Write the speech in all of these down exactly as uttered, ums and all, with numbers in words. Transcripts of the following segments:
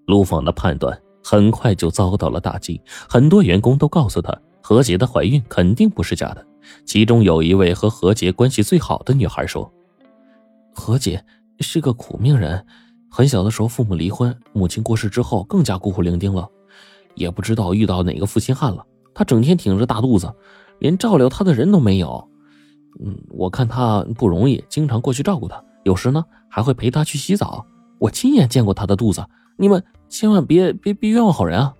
陆放的判断很快就遭到了打击，很多员工都告诉他，何洁的怀孕肯定不是假的。其中有一位和何洁关系最好的女孩说，何洁是个苦命人，很小的时候父母离婚，母亲过世之后更加孤苦伶仃了，也不知道遇到哪个负心汉了，她整天挺着大肚子，连照料她的人都没有。嗯，我看她不容易，经常过去照顾她，有时呢还会陪她去洗澡，我亲眼见过她的肚子，你们千万别别别冤枉好人啊！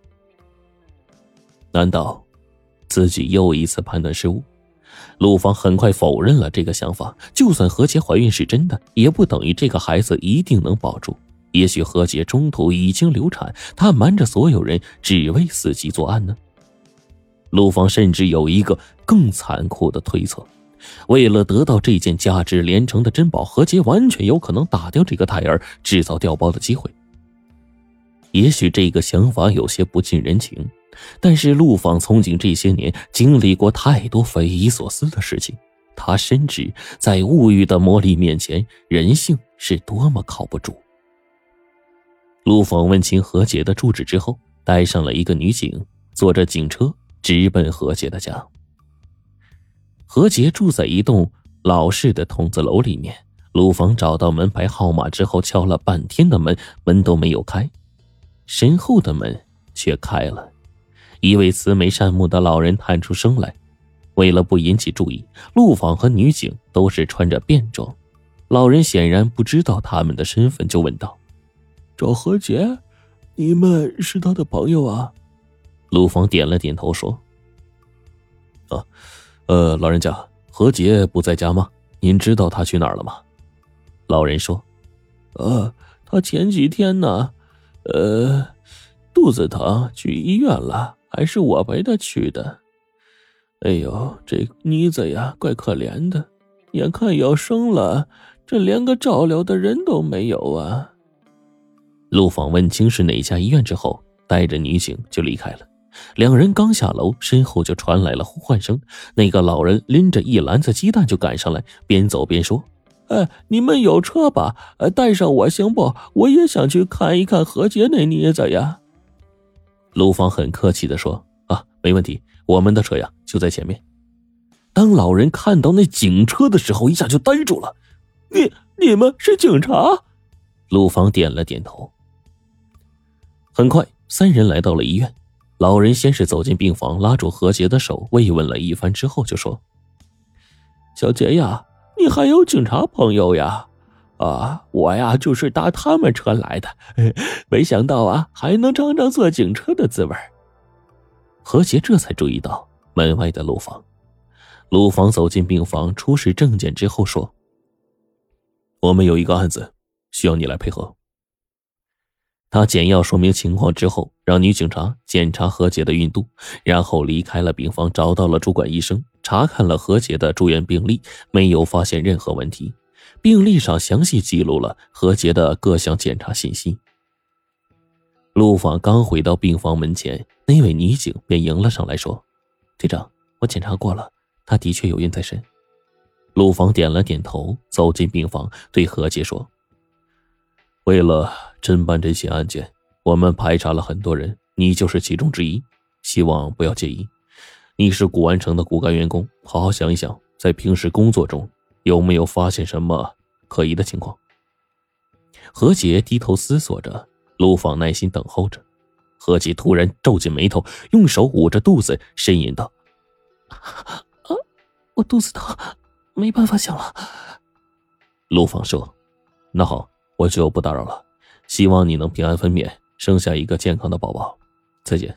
难道自己又一次判断失误？陆芳很快否认了这个想法，就算何洁怀孕是真的，也不等于这个孩子一定能保住。也许何洁中途已经流产，她瞒着所有人，只为伺机作案呢？陆芳甚至有一个更残酷的推测，为了得到这件价值连城的珍宝，何洁完全有可能打掉这个胎儿，制造调包的机会。也许这个想法有些不近人情，但是陆放从警这些年经历过太多匪夷所思的事情，他深知在物欲的魔力面前，人性是多么靠不住。陆放问清何洁的住址之后，带上了一个女警，坐着警车直奔何洁的家。何洁住在一栋老式的筒子楼里面，陆放找到门牌号码之后，敲了半天的门，门都没有开。身后的门却开了，一位慈眉善目的老人探出声来。为了不引起注意，陆放和女警都是穿着便装，老人显然不知道他们的身份，就问道， 找何洁，你们是他的朋友啊？ 陆放点了点头说，啊，呃，老人家，何洁不在家吗？您知道她去哪儿了吗？老人说， 呃，她前几天呢呃，肚子疼去医院了，还是我陪她去的。哎呦，这妮子呀怪可怜的，眼看要生了，这连个照料的人都没有啊。 陆放问清是哪家医院之后，带着女警就离开了。两人刚下楼，身后就传来了呼唤声，那个老人拎着一篮子鸡蛋就赶上来，边走边说， 哎，你们有车吧？呃，带上我行不？我也想去看一看何洁那妮子呀。 陆放很客气地说，啊，没问题，我们的车呀就在前面。当老人看到那警车的时候，一下就呆住了。 你你们是警察？ 陆放点了点头。很快，三人来到了医院。老人先是走进病房，拉住何洁的手，慰问了一番之后就说， 小洁呀，你还有警察朋友呀？啊，我呀就是搭他们车来的，没想到啊还能尝尝坐警车的滋味。 何洁这才注意到门外的陆放。陆放走进病房，出示证件之后说，我们有一个案子需要你来配合。他简要说明情况之后，让女警察检查何洁的孕肚，然后离开了病房，找到了主管医生，查看了何洁的住院病历，没有发现任何问题。病历上详细记录了何洁的各项检查信息。陆放刚回到病房门前，那位女警便迎了上来说，队长，我检查过了，她的确有孕在身。陆放点了点头，走进病房，对何洁说，为了侦办这起案件，我们排查了很多人，你就是其中之一，希望不要介意。你是古玩城的骨干员工，好好想一想，在平时工作中有没有发现什么可疑的情况。何洁低头思索着，陆放耐心等候着。何洁突然皱紧眉头，用手捂着肚子，呻吟道， 啊，我肚子疼，没办法想了。 陆放说，那好，我就不打扰了，希望你能平安分娩，生下一个健康的宝宝。再见。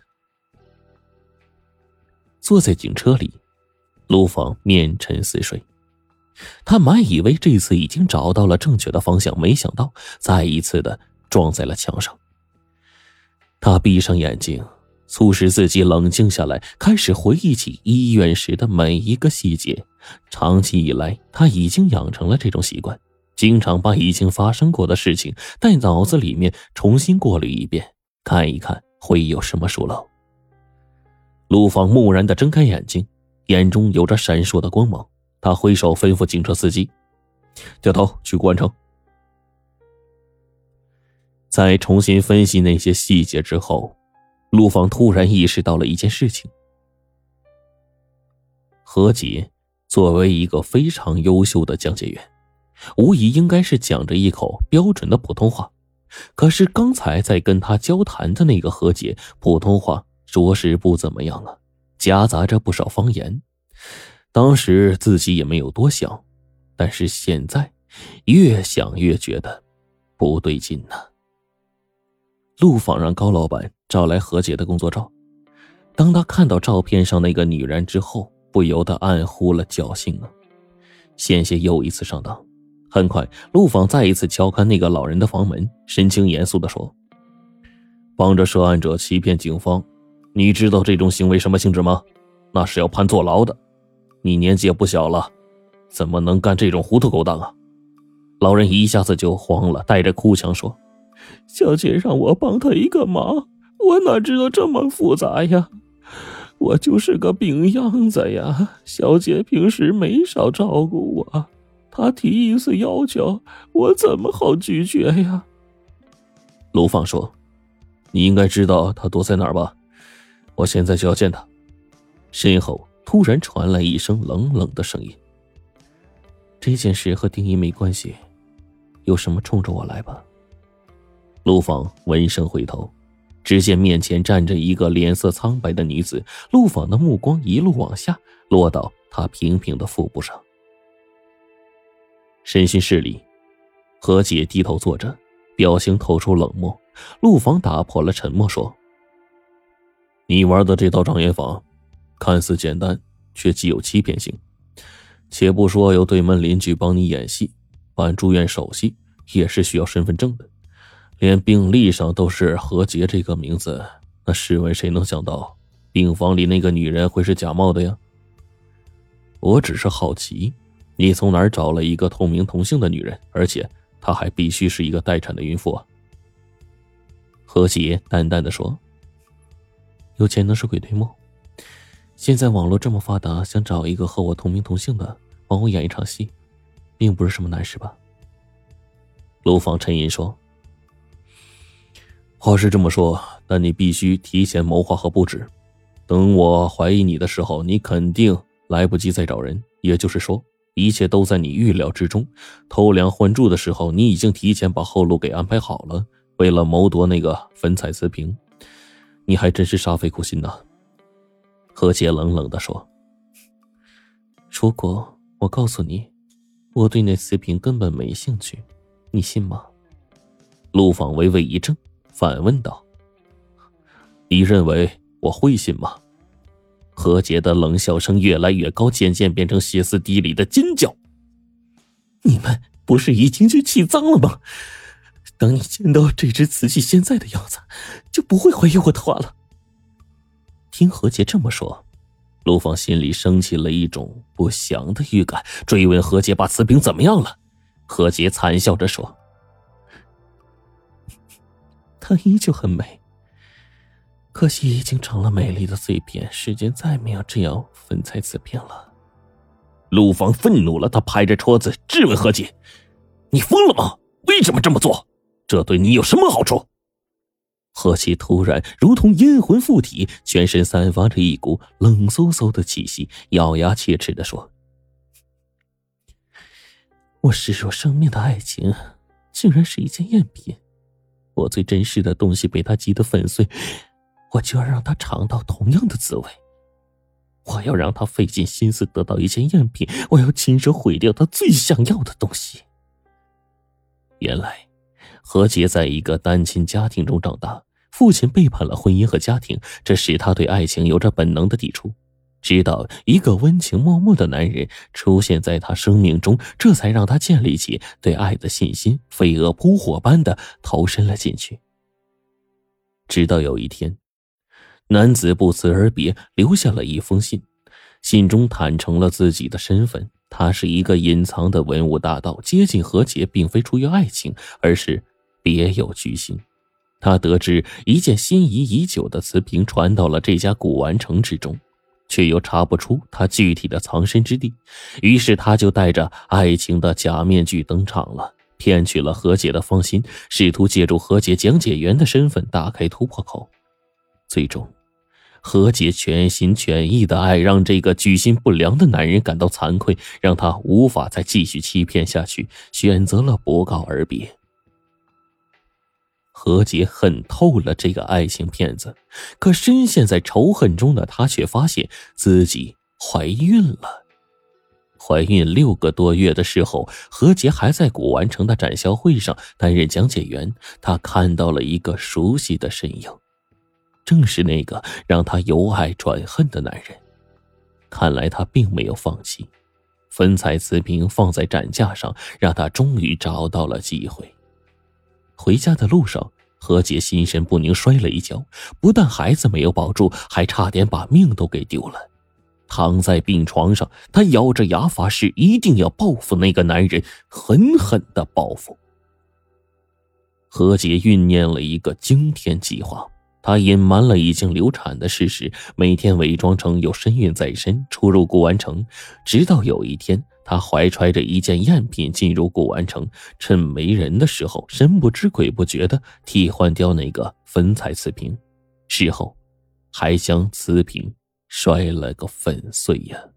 坐在警车里，陆放面沉似水。他满以为这次已经找到了正确的方向，没想到再一次的撞在了墙上。他闭上眼睛，促使自己冷静下来，开始回忆起医院时的每一个细节。长期以来，他已经养成了这种习惯，经常把已经发生过的事情在脑子里面重新过滤一遍，看一看会有什么疏漏。陆放木然地睁开眼睛，眼中有着闪烁的光芒。他挥手吩咐警车司机掉头去古玩城。 在重新分析那些细节之后，陆放突然意识到了一件事情。何洁作为一个非常优秀的讲解员，无疑应该是讲着一口标准的普通话，可是刚才在跟他交谈的那个何洁，普通话着实不怎么样啊，夹杂着不少方言。当时自己也没有多想，但是现在越想越觉得不对劲呢。陆放让高老板找来何洁的工作照，当他看到照片上那个女人之后，不由得暗呼了侥幸啊，险些又一次上当。很快，陆放再一次敲开那个老人的房门，神情严肃地说：帮着涉案者欺骗警方，你知道这种行为什么性质吗？那是要判坐牢的。你年纪也不小了，怎么能干这种糊涂勾当啊？老人一下子就慌了，带着哭腔说： 小姐让我帮她一个忙，我哪知道这么复杂呀，我就是个病秧子呀，小姐平时没少照顾我，她提一次要求，我怎么好拒绝呀？ 陆放说：你应该知道她躲在哪儿吧？我现在就要见她。身后突然传来一声冷冷的声音：这件事和丁一没关系，有什么冲着我来吧。陆放闻声回头，只见面前站着一个脸色苍白的女子，陆放的目光一路往下落到她平平的腹部上。审讯室里，何洁低头坐着，表情透出冷漠。陆放打破了沉默说：你玩的这套障眼法看似简单，却极有欺骗性。且不说有对门邻居帮你演戏，办住院手续也是需要身份证的，连病历上都是何洁这个名字，那试问谁能想到病房里那个女人会是假冒的呀？我只是好奇，你从哪儿找了一个同名同姓的女人，而且她还必须是一个待产的孕妇啊？何洁淡淡地说：有钱能使鬼推磨，现在网络这么发达，想找一个和我同名同姓的帮我演一场戏，并不是什么难事吧？陆放沉吟说：话是这么说，但你必须提前谋划和布置，等我怀疑你的时候，你肯定来不及再找人，也就是说一切都在你预料之中。偷梁换柱的时候，你已经提前把后路给安排好了，为了谋夺那个粉彩瓷瓶，你还真是煞费苦心呐。何洁冷冷地说：如果我告诉你我对那瓷瓶根本没兴趣，你信吗？陆放微微一怔，反问道：你认为我会信吗？何洁的冷笑声越来越高，渐渐变成歇斯底里的尖叫：你们不是已经去气脏了吗？当你见到这只瓷器现在的样子，就不会怀疑我的话了。听何洁这么说，陆放心里升起了一种不祥的预感，追问何洁把瓷瓶怎么样了。何洁惨笑着说：她依旧很美，可惜已经成了美丽的碎片，世间再没有这样粉彩瓷片了。陆放愤怒了，他拍着桌子质问何洁：你疯了吗？为什么这么做？这对你有什么好处？何洁突然如同阴魂附体，全身散发着一股冷飕飕的气息，咬牙切齿地说：我视若生命的爱情竟然是一件赝品，我最珍视的东西被他击得粉碎，我就要让他尝到同样的滋味。我要让他费尽心思得到一件赝品，我要亲手毁掉他最想要的东西。原来何洁在一个单亲家庭中长大，父亲背叛了婚姻和家庭，这使他对爱情有着本能的抵触。直到一个温情脉脉的男人出现在他生命中，这才让他建立起对爱的信心，飞蛾扑火般的投身了进去。直到有一天，男子不辞而别，留下了一封信，信中坦诚了自己的身份，他是一个隐藏的文武大盗，接近何洁并非出于爱情，而是别有居心。他得知一件心仪已久的瓷瓶传到了这家古玩城之中，却又查不出他具体的藏身之地，于是他就带着爱情的假面具登场了， 骗取了何洁的芳心，试图借助何洁讲解员的身份打开突破口。最终，何洁全心全意的爱让这个居心不良的男人感到惭愧，让他无法再继续欺骗下去，选择了不告而别。何洁恨透了这个爱情骗子，可深陷在仇恨中的她却发现自己怀孕了。怀孕六个多月的时候，何洁还在古玩城的展销会上担任讲解员，她看到了一个熟悉的身影，正是那个让她由爱转恨的男人。看来他并没有放弃，粉彩瓷瓶放在展架上，让他终于找到了机会。回家的路上，何洁心神不宁摔了一跤，不但孩子没有保住，还差点把命都给丢了。躺在病床上，她咬着牙发誓一定要报复那个男人，狠狠的报复。何洁酝酿了一个惊天计划，她隐瞒了已经流产的事实，每天伪装成有身孕在身，出入古玩城，直到有一天，她怀揣着一件赝品进入古玩城，趁没人的时候，神不知鬼不觉地替换掉那个粉彩瓷瓶，事后还将瓷瓶摔了个粉碎呀。